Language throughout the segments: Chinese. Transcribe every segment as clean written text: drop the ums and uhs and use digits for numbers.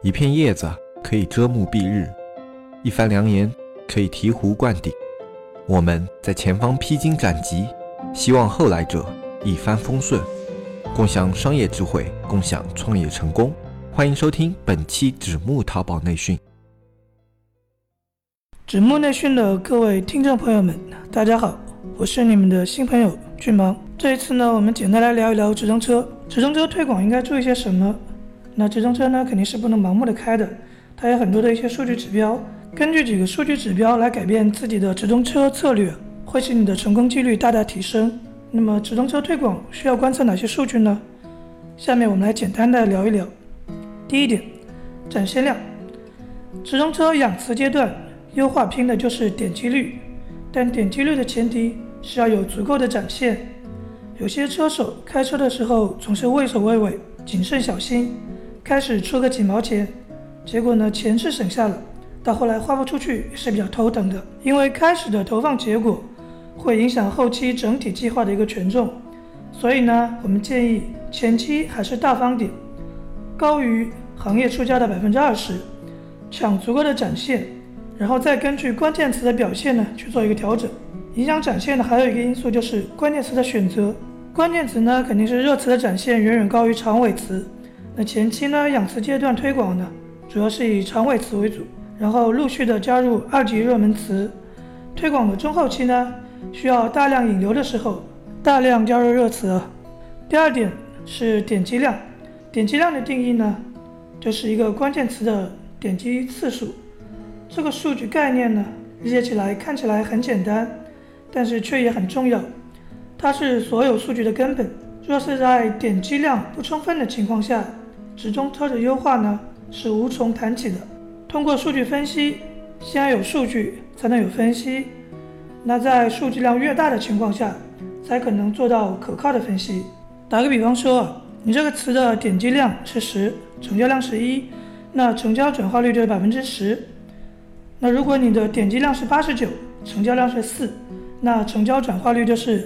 一片叶子可以遮目蔽日，一番良言可以醍醐灌顶。我们在前方披荆斩棘，希望后来者一帆风顺，共享商业智慧，共享创业成功。欢迎收听本期纸木淘宝内训。 纸木内训的各位听众朋友们，大家好，我是你们的新朋友俊芒。这一次呢，我们简单来聊一聊直通车。直通车推广应该注意些什么？那直通车呢，肯定是不能盲目的开的，它有很多的一些数据指标，根据几个数据指标来改变自己的直通车策略，会使你的成功几率大大提升。那么直通车推广需要观测哪些数据呢？下面我们来简单的聊一聊。第一点，展现量。直通车养词阶段优化拼的就是点击率，但点击率的前提是要有足够的展现。有些车手开车的时候总是畏首畏尾，谨慎小心，开始出个几毛钱，结果呢钱是省下了，到后来花不出去是比较头疼的，因为开始的投放结果会影响后期整体计划的一个权重。所以呢，我们建议前期还是大方点，高于行业出价的20%，抢足够的展现，然后再根据关键词的表现呢去做一个调整。影响展现的还有一个因素就是关键词的选择，关键词呢肯定是热词的展现远远高于长尾词。那前期呢养词阶段推广呢，主要是以长尾词为主，然后陆续的加入二级热门词。推广的中后期呢，需要大量引流的时候，大量加入热词。第二点是点击量。点击量的定义呢，就是一个关键词的点击次数。这个数据概念呢，理解起来看起来很简单，但是却也很重要。它是所有数据的根本。若是在点击量不充分的情况下，直通车的优化呢是无从谈起的。通过数据分析，先要有数据才能有分析。那在数据量越大的情况下，才可能做到可靠的分析。打个比方说，你这个词的点击量是10，成交量是1，那成交转化率就是10%。那如果你的点击量是89，成交量是4，那成交转化率就是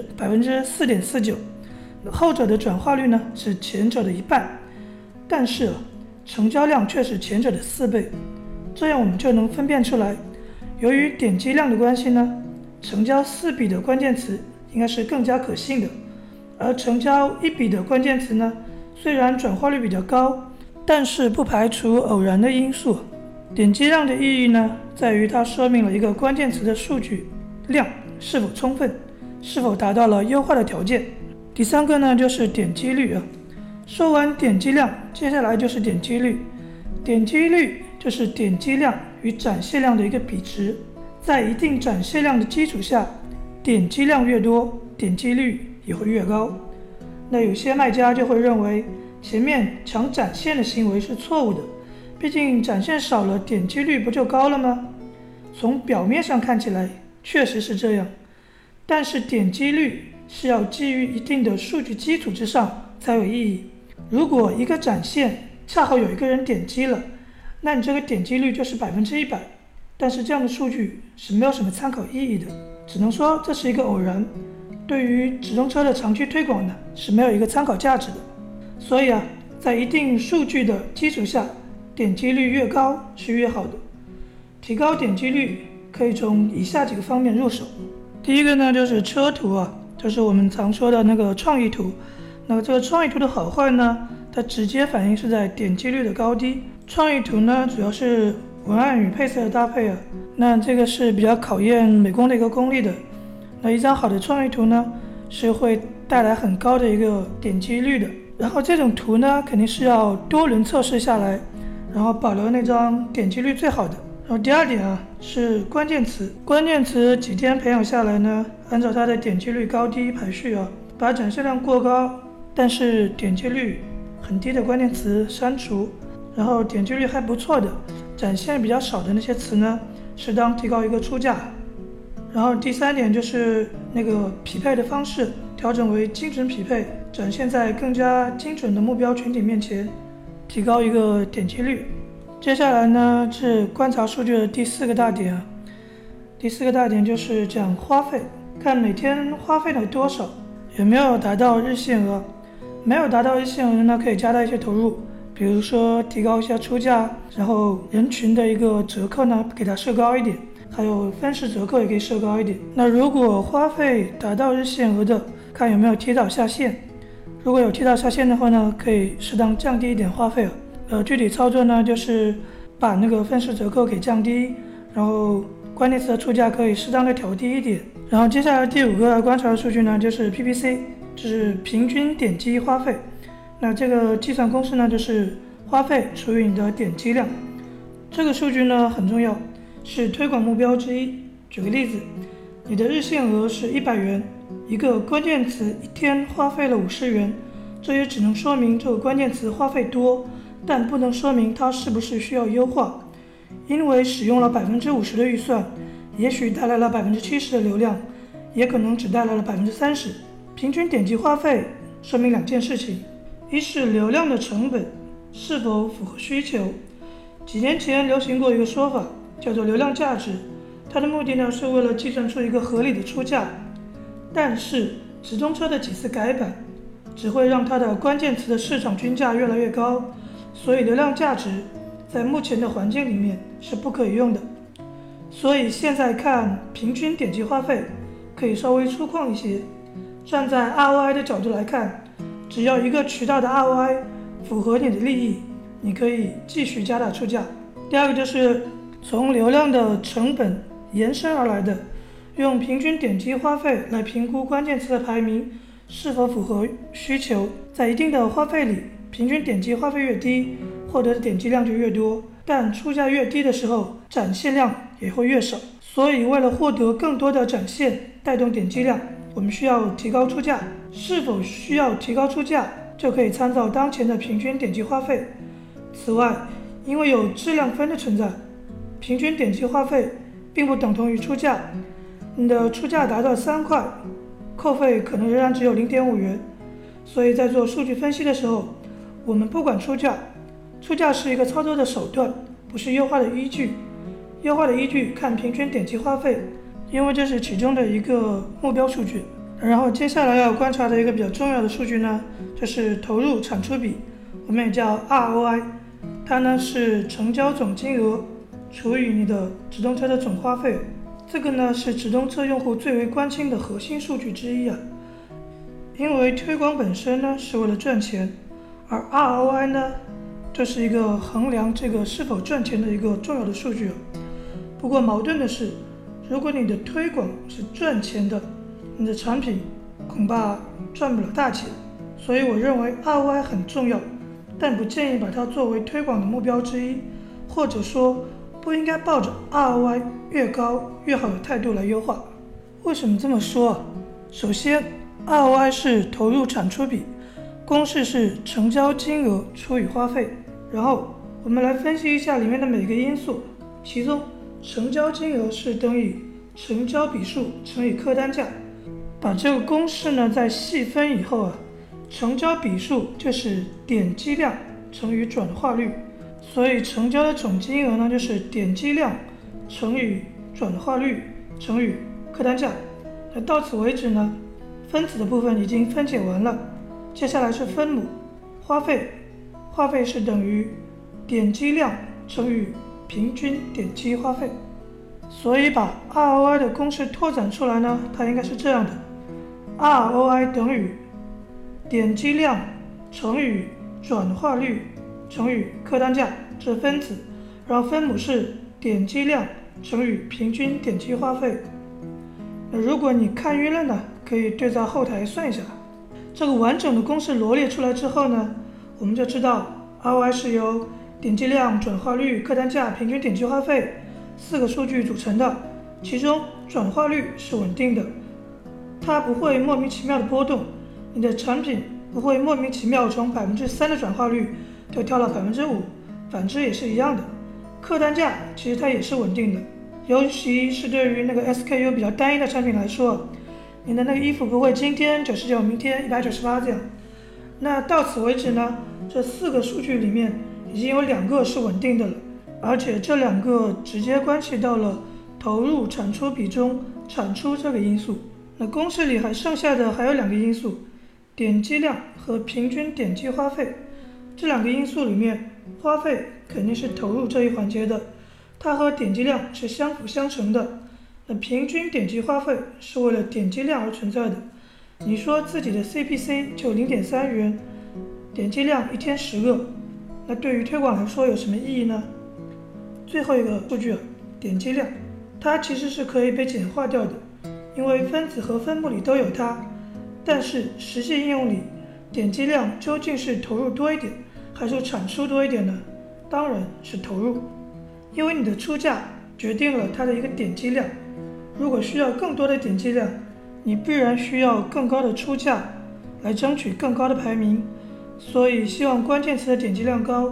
4.49%。后者的转化率呢是前者的1半，但是成交量却是前者的4倍。这样我们就能分辨出来，由于点击量的关系呢，成交4笔的关键词应该是更加可信的，而成交1笔的关键词呢，虽然转化率比较高，但是不排除偶然的因素。点击量的意义呢，在于它说明了一个关键词的数据量是否充分，是否达到了优化的条件。第三个呢，就是点击率。说完点击量，接下来就是点击率。点击率就是点击量与展现量的一个比值，在一定展现量的基础下，点击量越多，点击率也会越高。那有些卖家就会认为前面抢展现的行为是错误的，毕竟展现少了，点击率不就高了吗？从表面上看起来确实是这样，但是点击率是要基于一定的数据基础之上才有意义。如果一个展现恰好有一个人点击了，那你这个点击率就是100%，但是这样的数据是没有什么参考意义的，只能说这是一个偶然，对于直通车的长期推广呢是没有一个参考价值的。所以在一定数据的基础下，点击率越高是越好的。提高点击率可以从以下几个方面入手。第一个呢，就是车图就是我们常说的那个创意图。那么这个创意图的好坏呢，它直接反映是在点击率的高低。创意图呢，主要是文案与配色的搭配那这个是比较考验美工的一个功力的。那一张好的创意图呢，是会带来很高的一个点击率的。然后这种图呢，肯定是要多轮测试下来，然后保留那张点击率最好的。然后第二点是关键词。关键词几天培养下来呢，按照它的点击率高低排序把展现量过高但是点击率很低的关键词删除，然后点击率还不错的展现比较少的那些词呢，适当提高一个出价。然后第三点就是那个匹配的方式调整为精准匹配，展现在更加精准的目标群体面前，提高一个点击率。接下来呢是观察数据的第4个大点第4个大点就是讲花费，看每天花费了多少，有没有达到日限额。没有达到日限额呢，可以加大一些投入， 比如说提高一下出价，然后人群的一个折扣呢给它设高一点，还有分时折扣也可以设高一点。那如果花费达到日限额的，看有没有提早下线。如果有提早下线的话呢，可以适当降低一点花费了。具体操作呢就是把那个分时折扣给降低，然后关键词的出价可以适当的调低一点。然后接下来第5个要观察的数据呢就是 PPC， 就是平均点击花费。那这个计算公式呢就是花费除以你的点击量。这个数据呢很重要，是推广目标之一。举个例子，你的日限额是100元，一个关键词一天花费了50元，这也只能说明这个关键词花费多，但不能说明它是不是需要优化。因为使用了50%的预算，也许带来了70%的流量，也可能只带来了30%。平均点击花费说明2件事情，一是流量的成本是否符合需求。几年前流行过一个说法，叫做流量价值，它的目的呢是为了计算出一个合理的出价。但是直通车的几次改版只会让它的关键词的市场均价越来越高，所以流量价值在目前的环境里面是不可以用的。所以现在看平均点击花费可以稍微粗犷一些，站在 ROI 的角度来看，只要一个渠道的 ROI 符合你的利益，你可以继续加大出价。第二个就是从流量的成本延伸而来的，用平均点击花费来评估关键词的排名是否符合需求。在一定的花费里，平均点击花费越低，获得的点击量就越多，但出价越低的时候，展现量也会越少。所以为了获得更多的展现，带动点击量，我们需要提高出价。是否需要提高出价，就可以参照当前的平均点击花费。此外，因为有质量分的存在，平均点击花费并不等同于出价。你的出价达到3块，扣费可能仍然只有0.5元。所以在做数据分析的时候，我们不管出价，出价是一个操作的手段，不是优化的依据。优化的依据看平均点击花费，因为这是其中的一个目标数据。然后接下来要观察的一个比较重要的数据呢，就是投入产出比，我们也叫 ROI。它呢是成交总金额除以你的直通车的总花费。这个呢是直通车用户最为关心的核心数据之一啊。因为推广本身呢是为了赚钱，而 ROI 呢这是一个衡量这个是否赚钱的一个重要的数据。不过矛盾的是，如果你的推广是赚钱的，你的产品恐怕赚不了大钱。所以我认为 ROI 很重要，但不建议把它作为推广的目标之一，或者说不应该抱着 ROI 越高越好的态度来优化。为什么这么说啊？首先 ROI 是投入产出比，公式是成交金额除以花费。然后我们来分析一下里面的每个因素，其中成交金额是等于成交笔数乘以客单价。把这个公式呢再细分以后啊，成交笔数就是点击量乘以转化率，所以成交的总金额呢就是点击量乘以转化率乘以客单价。那到此为止呢，分子的部分已经分解完了，接下来是分母。花费是等于点击量乘以平均点击花费。所以把 ROI 的公式拓展出来呢，它应该是这样的： ROI 等于点击量乘以转化率乘以客单价，这是分子，然后分母是点击量乘以平均点击花费。那如果你看晕了呢，可以对照后台算一下。这个完整的公式罗列出来之后呢，我们就知道 ROI 是由点击量、转化率、客单价、平均点击花费4个数据组成的。其中转化率是稳定的，它不会莫名其妙的波动，你的产品不会莫名其妙从3%的转化率就跳到5%，反之也是一样的。客单价其实它也是稳定的，尤其是对于那个 SKU 比较单一的产品来说，你的那个衣服不会今天99，明天198这样。那到此为止呢，这4个数据里面已经有2个是稳定的了，而且这2个直接关系到了投入产出比中产出这个因素。那公式里还剩下的还有2个因素，点击量和平均点击花费。 这两个因素里面，花费肯定是投入这一环节的，它和点击量是相辅相成的。那平均点击花费是为了点击量而存在的。你说自己的 CPC 就0.3元，点击量一天10个，那对于推广来说有什么意义呢？最后一个数据点击量，它其实是可以被简化掉的，因为分子和分母里都有它。但是实际应用里，点击量究竟是投入多一点，还是产出多一点呢？当然是投入，因为你的出价决定了它的一个点击量。如果需要更多的点击量，你必然需要更高的出价来争取更高的排名。所以希望关键词的点击量高，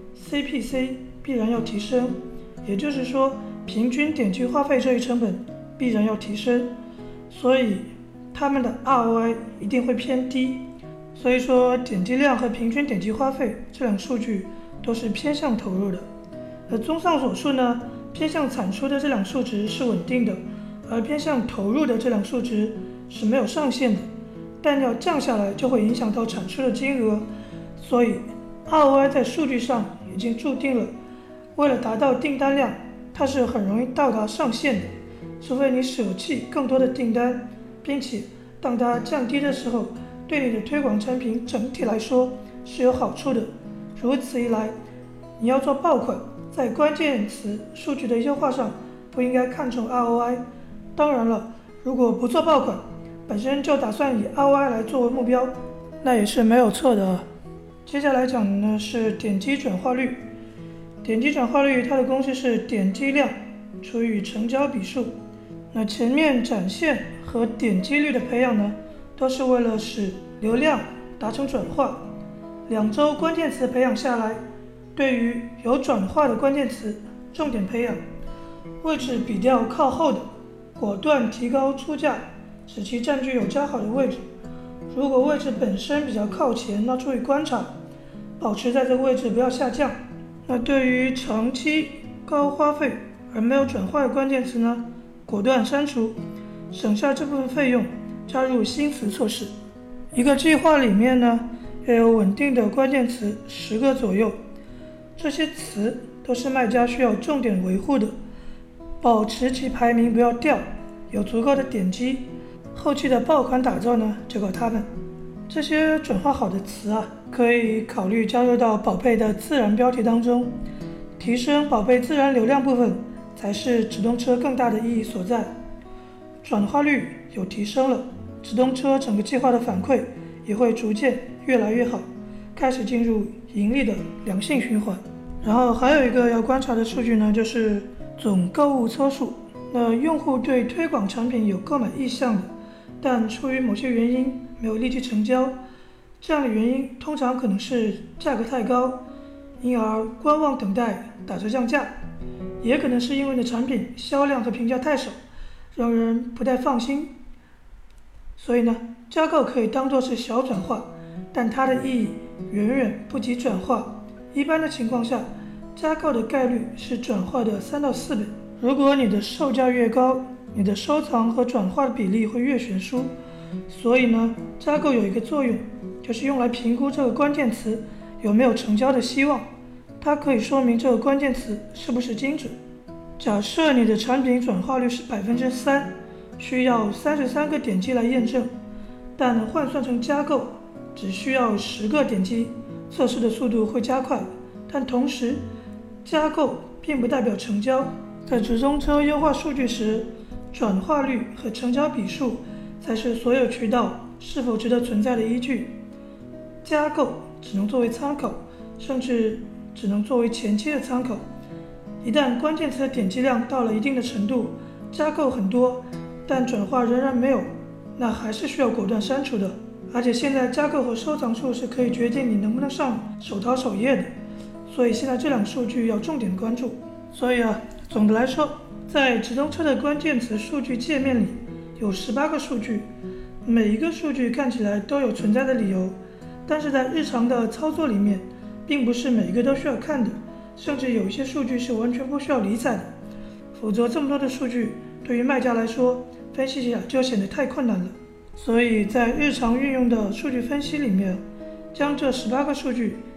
CPC 必然要提升，也就是说平均点击花费这一成本必然要提升，所以他们的 ROI 一定会偏低。所以说点击量和平均点击花费这两数据都是偏向投入的。而综上所述呢，偏向产出的这两数值是稳定的，而偏向投入的这两数值是没有上限的，但要降下来就会影响到产出的金额。所以 ROI 在数据上已经注定了，为了达到订单量，它是很容易到达上限的，除非你舍弃更多的订单，并且当它降低的时候，对你的推广产品整体来说是有好处的。如此一来，你要做爆款，在关键词数据的优化上不应该看重 ROI。 当然了，如果不做爆款，本身就打算以 ROI 来作为目标，那也是没有错的。接下来讲的呢是点击转化率。点击转化率它的公式是点击量除以成交比数。那前面展现和点击率的培养呢，都是为了使流量达成转化。2周关键词培养下来，对于有转化的关键词重点培养，位置比较靠后的果断提高出价，使其占据有较好的位置。如果位置本身比较靠前，那注意观察，保持在这个位置不要下降。那对于长期高花费而没有转化的关键词呢，果断删除，省下这部分费用，加入新词测试。一个计划里面呢，要有稳定的关键词10个左右，这些词都是卖家需要重点维护的，保持其排名不要掉，有足够的点击，后期的爆款打造呢就靠它们。这些转化好的词可以考虑加入到宝贝的自然标题当中，提升宝贝自然流量部分才是直通车更大的意义所在。转化率有提升了，直通车整个计划的反馈也会逐渐越来越好，开始进入盈利的良性循环。然后还有一个要观察的数据呢，就是总购物车数。那用户对推广产品有购买意向的，但出于某些原因没有立即成交，这样的原因通常可能是价格太高，因而观望等待打折降价，也可能是因为你的产品销量和评价太少，让人不太放心。所以呢，加购可以当作是小转化，但它的意义远远不及转化。一般的情况下，加购的概率是转化的3到4倍。如果你的售价越高，你的收藏和转化的比例会越悬殊。所以呢，加购有一个作用，就是用来评估这个关键词有没有成交的希望，它可以说明这个关键词是不是精准。假设你的产品转化率是3%，需要33个点击来验证，但换算成加购只需要10个点击，测试的速度会加快。但同时，加购并不代表成交。在直通车优化数据时，转化率和成交比数才是所有渠道是否值得存在的依据。加购只能作为参考，甚至只能作为前期的参考。一旦关键词的点击量到了一定的程度，加购很多，但转化仍然没有，那还是需要果断删除的。而且现在加购和收藏数是可以决定你能不能上首淘首页的，所以现在这两个数据要重点关注。所以总的来说，在直通车的关键词数据界面里有18个数据，每一个数据看起来都有存在的理由，但是在日常的操作里面，并不是每一个都需要看的，甚至有一些数据是完全不需要理睬的。否则这么多的数据对于卖家来说，分析起来就显得太困难了。所以在日常运用的数据分析里面，将这18个数据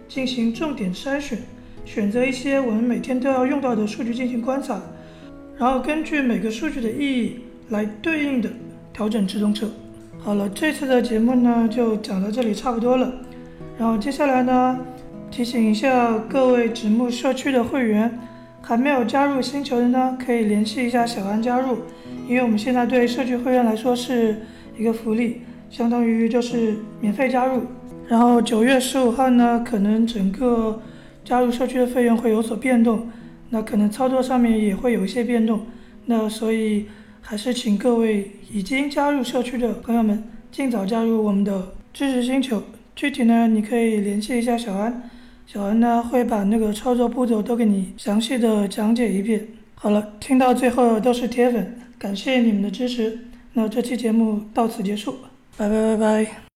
进行重点筛选，选择一些我们每天都要用到的数据进行观察，然后根据每个数据的意义来对应的调整直通车。好了，这次的节目呢就讲到这里差不多了。然后接下来呢，提醒一下各位纸木社区的会员，还没有加入星球的呢，可以联系一下小安加入，因为我们现在对社区会员来说是一个福利，相当于就是免费加入。然后9月15号呢，可能整个加入社区的费用会有所变动，那可能操作上面也会有一些变动，那所以还是请各位已经加入社区的朋友们尽早加入我们的知识星球。具体呢，你可以联系一下小安，小安呢会把那个操作步骤都给你详细的讲解一遍。好了，听到最后都是铁粉，感谢你们的支持。那这期节目到此结束，拜拜拜拜。